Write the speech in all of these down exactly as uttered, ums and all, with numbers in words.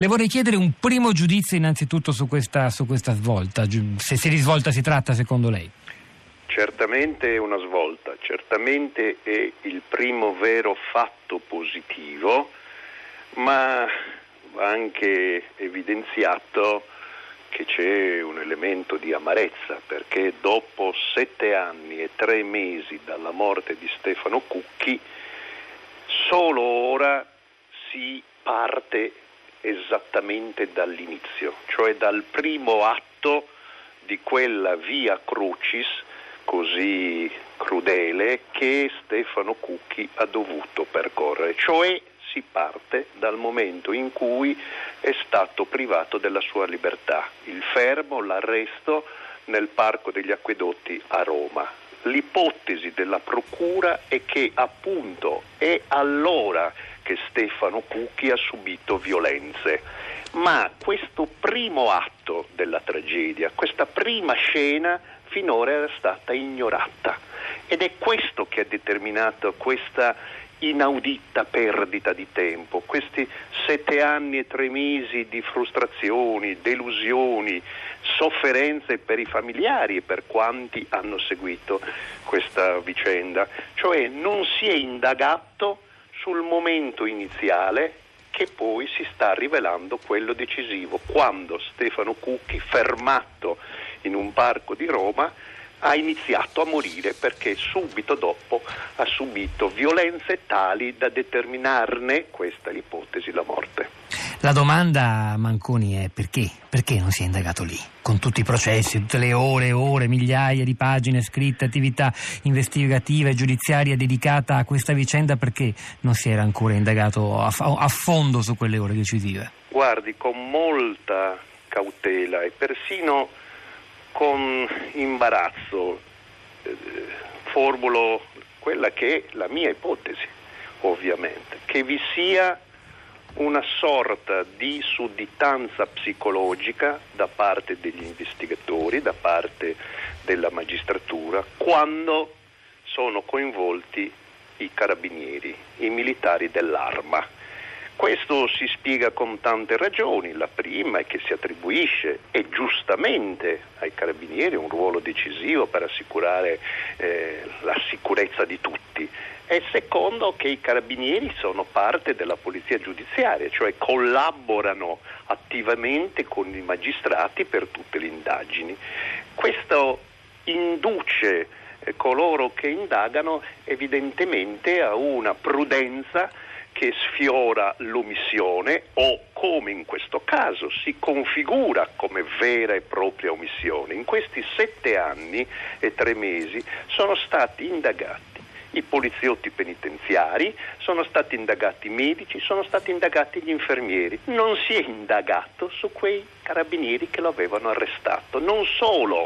Le vorrei chiedere un primo giudizio innanzitutto su questa, su questa svolta, se, se di svolta si tratta secondo lei. Certamente è una svolta, certamente è il primo vero fatto positivo, ma va anche evidenziato che c'è un elemento di amarezza, perché dopo sette anni e tre mesi dalla morte di Stefano Cucchi, solo ora si parte esattamente dall'inizio, cioè dal primo atto di quella via crucis così crudele che Stefano Cucchi ha dovuto percorrere, cioè si parte dal momento in cui è stato privato della sua libertà, il fermo, l'arresto nel Parco degli Acquedotti a Roma. L'ipotesi della procura è che appunto è allora che Stefano Cucchi ha subito violenze, ma questo primo atto della tragedia, questa prima scena finora era stata ignorata ed è questo che ha determinato questa inaudita perdita di tempo, questi sette anni e tre mesi di frustrazioni, delusioni, sofferenze per i familiari e per quanti hanno seguito questa vicenda, cioè non si è indagato sul momento iniziale che poi si sta rivelando quello decisivo, quando Stefano Cucchi, fermato in un parco di Roma, ha iniziato a morire perché subito dopo ha subito violenze tali da determinarne, questa è l'ipotesi, la morte. La domanda, Manconi, è perché? Perché non si è indagato lì? Con tutti i processi, tutte le ore e ore, migliaia di pagine scritte, attività investigativa e giudiziaria dedicata a questa vicenda, perché non si era ancora indagato a, a fondo su quelle ore decisive? Guardi, con molta cautela e persino con imbarazzo eh, formulo quella che è la mia ipotesi, ovviamente, che vi sia una sorta di sudditanza psicologica da parte degli investigatori, da parte della magistratura, quando sono coinvolti i carabinieri, i militari dell'Arma. Questo si spiega con tante ragioni. La prima è che si attribuisce, e giustamente, ai carabinieri un ruolo decisivo per assicurare eh, la sicurezza di tutti. E secondo, che i carabinieri sono parte della polizia giudiziaria, cioè collaborano attivamente con i magistrati per tutte le indagini. Questo induce eh, coloro che indagano evidentemente a una prudenza che sfiora l'omissione o, come in questo caso, si configura come vera e propria omissione. In questi sette anni e tre mesi sono stati indagati i poliziotti penitenziari, sono stati indagati i medici, sono stati indagati gli infermieri. Non si è indagato su quei carabinieri che lo avevano arrestato. Non solo,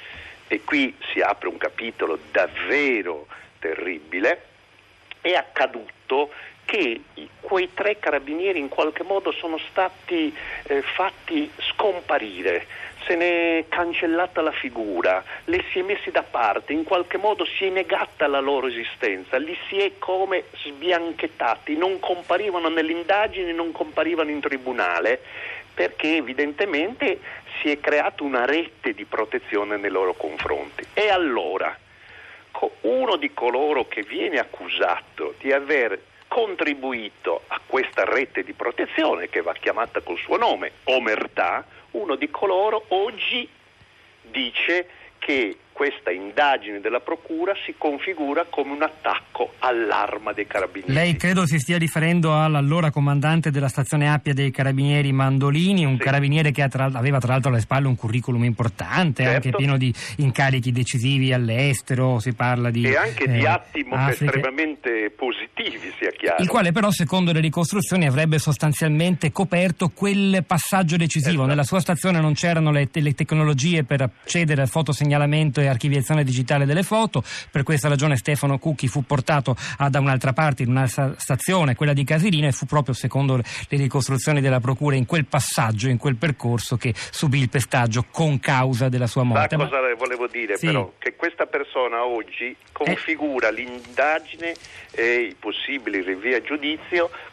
e qui si apre un capitolo davvero terribile, è accaduto che quei tre carabinieri in qualche modo sono stati eh, fatti scomparire, se ne è cancellata la figura, le si è messi da parte, in qualche modo si è negata la loro esistenza, li si è come sbianchettati, non comparivano nelle indagini, non comparivano in tribunale, perché evidentemente si è creata una rete di protezione nei loro confronti. E allora, uno di coloro che viene accusato di aver contribuito a questa rete di protezione, che va chiamata col suo nome, omertà, uno di coloro oggi dice che questa indagine della procura si configura come un attacco all'Arma dei Carabinieri. Lei credo si stia riferendo all'allora comandante della stazione Appia dei Carabinieri Mandolini, un sì. carabiniere che tra, aveva tra l'altro alle spalle un curriculum importante, certo. anche pieno di incarichi decisivi all'estero, si parla di... E anche eh, di atti estremamente positivi, sia chiaro. Il quale però, secondo le ricostruzioni, avrebbe sostanzialmente coperto quel passaggio decisivo. Esatto. Nella sua stazione non c'erano le, le tecnologie per accedere al fotosegnalamento e archiviazione digitale delle foto, per questa ragione Stefano Cucchi fu portato a, da un'altra parte, in un'altra stazione, quella di Casilina, e fu proprio, secondo le ricostruzioni della procura, in quel passaggio, in quel percorso, che subì il pestaggio con causa della sua morte. Ma cosa Ma... volevo dire sì. però? Che questa persona oggi configura eh. l'indagine e i possibili rinvii a giudizio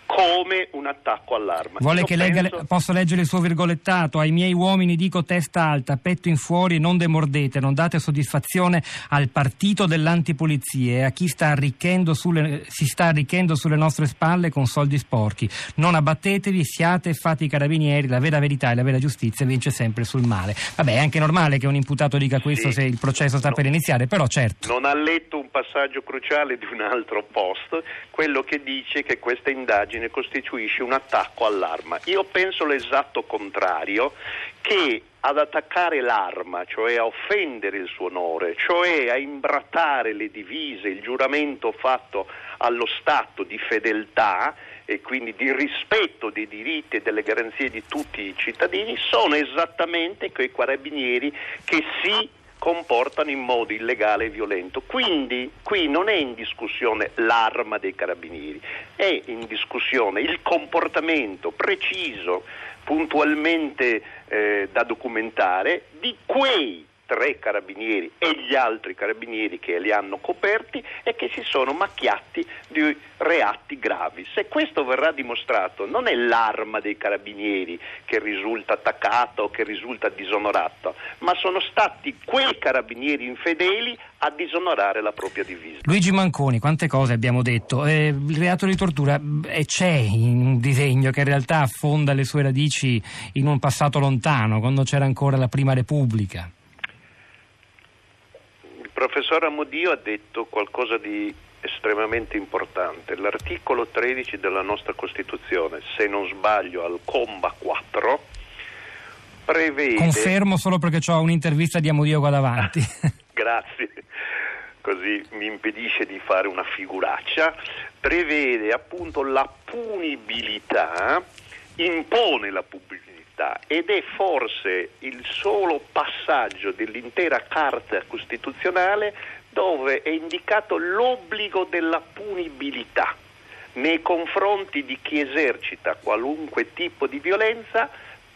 come un attacco all'arma. Vuole Io che penso... legga, posso leggere il suo virgolettato? Ai miei uomini dico testa alta, petto in fuori, non demordete, non date soddisfazione al partito dell'antipolizie e a chi sta arricchendo sulle, si sta arricchendo sulle nostre spalle con soldi sporchi. Non abbattetevi, siate e fate i carabinieri, la vera verità e la vera giustizia vince sempre sul male. Vabbè, è anche normale che un imputato dica questo, sì, se il processo sta no, per iniziare, però certo. Non ha letto un passaggio cruciale di un altro post, quello che dice che questa indagine costituisce un attacco all'arma. Io penso l'esatto contrario, che ad attaccare l'arma, cioè a offendere il suo onore, cioè a imbrattare le divise, il giuramento fatto allo Stato di fedeltà e quindi di rispetto dei diritti e delle garanzie di tutti i cittadini, sono esattamente quei carabinieri che si comportano in modo illegale e violento. Quindi qui non è in discussione l'arma dei carabinieri, è in discussione il comportamento preciso, puntualmente eh, da documentare di quei tre carabinieri e gli altri carabinieri che li hanno coperti e che si sono macchiati di reati gravi. Se questo verrà dimostrato, non è l'arma dei carabinieri che risulta attaccata o che risulta disonorata, ma sono stati quei carabinieri infedeli a disonorare la propria divisa. Luigi Manconi, quante cose abbiamo detto. Eh, il reato di tortura eh, c'è in un disegno che in realtà affonda le sue radici in un passato lontano, quando c'era ancora la Prima Repubblica. Il professor Amodio ha detto qualcosa di estremamente importante. L'articolo tredici della nostra Costituzione, se non sbaglio al comma quattro, prevede... Confermo solo perché ho un'intervista di Amodio qua davanti. Grazie, così mi impedisce di fare una figuraccia. Prevede appunto la punibilità, impone la punibilità, ed è forse il solo passaggio dell'intera Carta Costituzionale dove è indicato l'obbligo della punibilità nei confronti di chi esercita qualunque tipo di violenza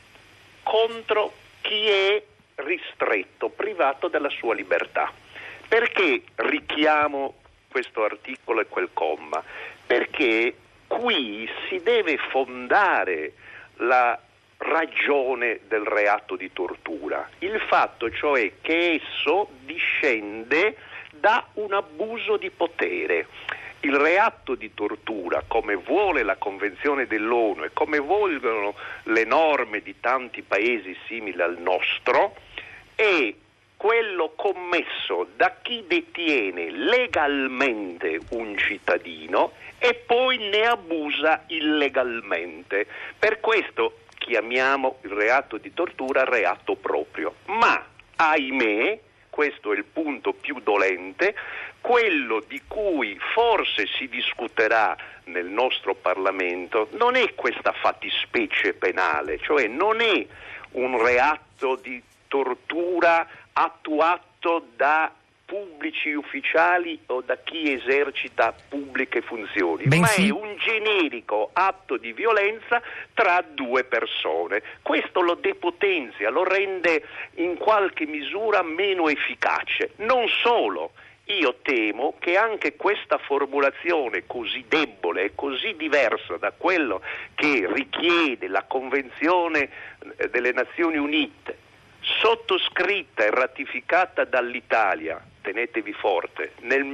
contro chi è ristretto, privato della sua libertà. Perché richiamo questo articolo e quel comma? Perché qui si deve fondare la ragione del reato di tortura, il fatto cioè che esso discende da un abuso di potere. Il reato di tortura, come vuole la Convenzione dell'ONU e come vogliono le norme di tanti paesi simili al nostro, è quello commesso da chi detiene legalmente un cittadino e poi ne abusa illegalmente. Per questo chiamiamo il reato di tortura reato proprio. Ma, ahimè, questo è il punto più dolente, quello di cui forse si discuterà nel nostro Parlamento non è questa fattispecie penale, cioè non è un reato di tortura attuato da pubblici ufficiali o da chi esercita pubbliche funzioni, Bensì. ma è un generico atto di violenza tra due persone. Questo lo depotenzia, lo rende in qualche misura meno efficace. Non solo, io temo che anche questa formulazione così debole e così diversa da quello che richiede la Convenzione delle Nazioni Unite, sottoscritta e ratificata dall'Italia, tenetevi forte, nel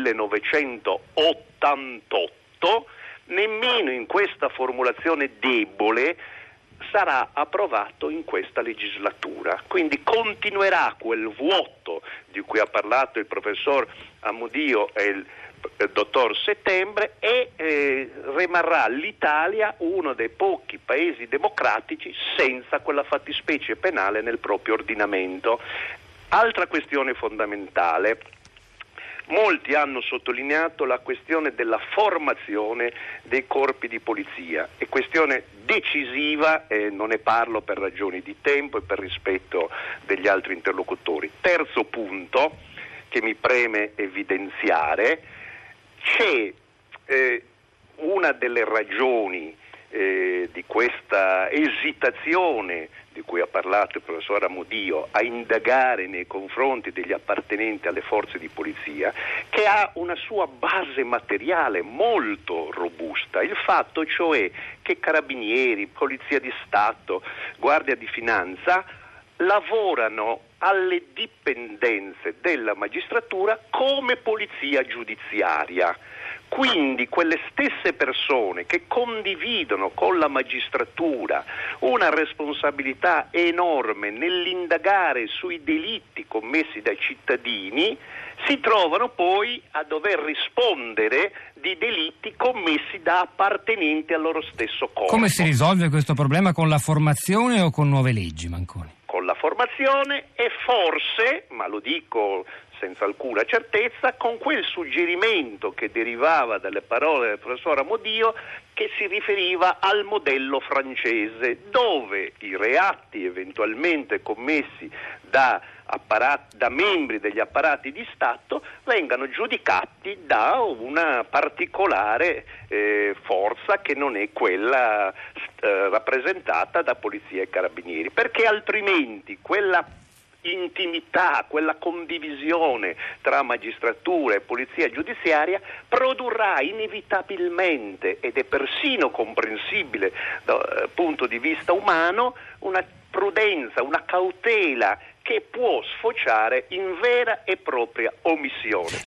millenovecentottantotto, nemmeno in questa formulazione debole sarà approvato in questa legislatura. Quindi continuerà quel vuoto di cui ha parlato il professor Amodio e il il dottor Settembre e eh, rimarrà l'Italia uno dei pochi paesi democratici senza quella fattispecie penale nel proprio ordinamento. Altra questione fondamentale: molti hanno sottolineato la questione della formazione dei corpi di polizia, è questione decisiva e non ne parlo per ragioni di tempo e per rispetto degli altri interlocutori. Terzo punto che mi preme evidenziare: c'è eh, una delle ragioni eh, di questa esitazione di cui ha parlato il professor Amodio a indagare nei confronti degli appartenenti alle forze di polizia, che ha una sua base materiale molto robusta. Il fatto cioè che carabinieri, polizia di Stato, guardia di finanza lavorano alle dipendenze della magistratura come polizia giudiziaria. Quindi quelle stesse persone che condividono con la magistratura una responsabilità enorme nell'indagare sui delitti commessi dai cittadini si trovano poi a dover rispondere di delitti commessi da appartenenti al loro stesso corpo. Come si risolve questo problema? Con la formazione o con nuove leggi, Manconi? Con la formazione e forse, ma lo dico senza alcuna certezza, con quel suggerimento che derivava dalle parole del professor Amodio che si riferiva al modello francese, dove i reati eventualmente commessi da, apparati, da membri degli apparati di Stato vengano giudicati da una particolare eh, forza che non è quella eh, rappresentata da polizia e carabinieri, perché altrimenti quella intimità, quella condivisione tra magistratura e polizia giudiziaria produrrà inevitabilmente, ed è persino comprensibile dal punto di vista umano, una prudenza, una cautela che può sfociare in vera e propria omissione.